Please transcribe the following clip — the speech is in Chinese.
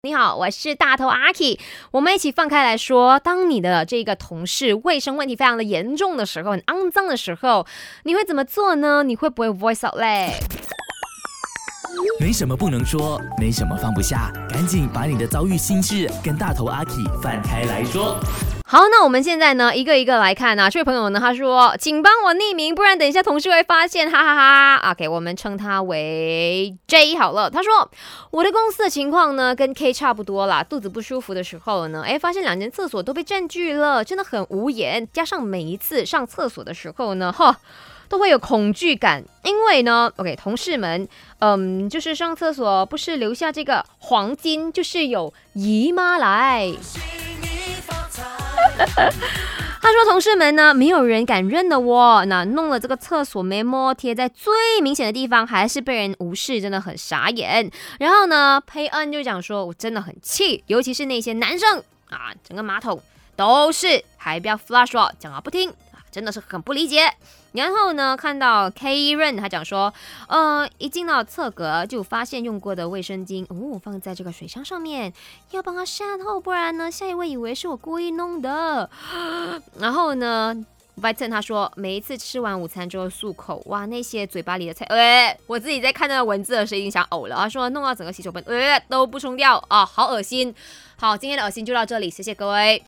你好，我是大头阿 K， 我们一起放开来说，当你的这个同事卫生问题非常的严重的时候，很肮脏的时候，你会怎么做呢？你会不会 voice out 嘞？ 没什么不能说，没什么放不下，赶紧把你的遭遇心事跟大头阿 K 放开来说。 好，那我们现在呢，一个一个来看啊。这位朋友呢，他说，请帮我匿名，不然等一下同事会发现，哈哈哈。OK， 我们称他为 J 好了。他说，我的公司的情况呢，跟 K 差不多啦。肚子不舒服的时候呢，发现2间厕所都被占据了，真的很无言。加上每一次上厕所的时候呢，都会有恐惧感，因为呢 ，OK， 同事们，就是上厕所不是留下这个黄金，就是有姨妈来。他说同事们呢，没有人敢认的哦，那弄了这个厕所 memo 贴在最明显的地方，还是被人无视，真的很傻眼。然后呢，佩恩就讲说，我真的很气，尤其是那些男生啊，整个马桶都是，还不要 flush 哦，讲话不听。真的是很不理解。然后呢，看到 K 润他讲说，一进到厕格就发现用过的卫生巾放在这个水箱上面，要帮他善后，不然呢下一位以为是我故意弄的。然后呢Viton 他说，每一次吃完午餐之后漱口，哇，那些嘴巴里的菜，我自己在看那个文字的时候已经想呕了。他说弄到整个洗手盆，都不冲掉啊，好恶心。好，今天的恶心就到这里，谢谢各位。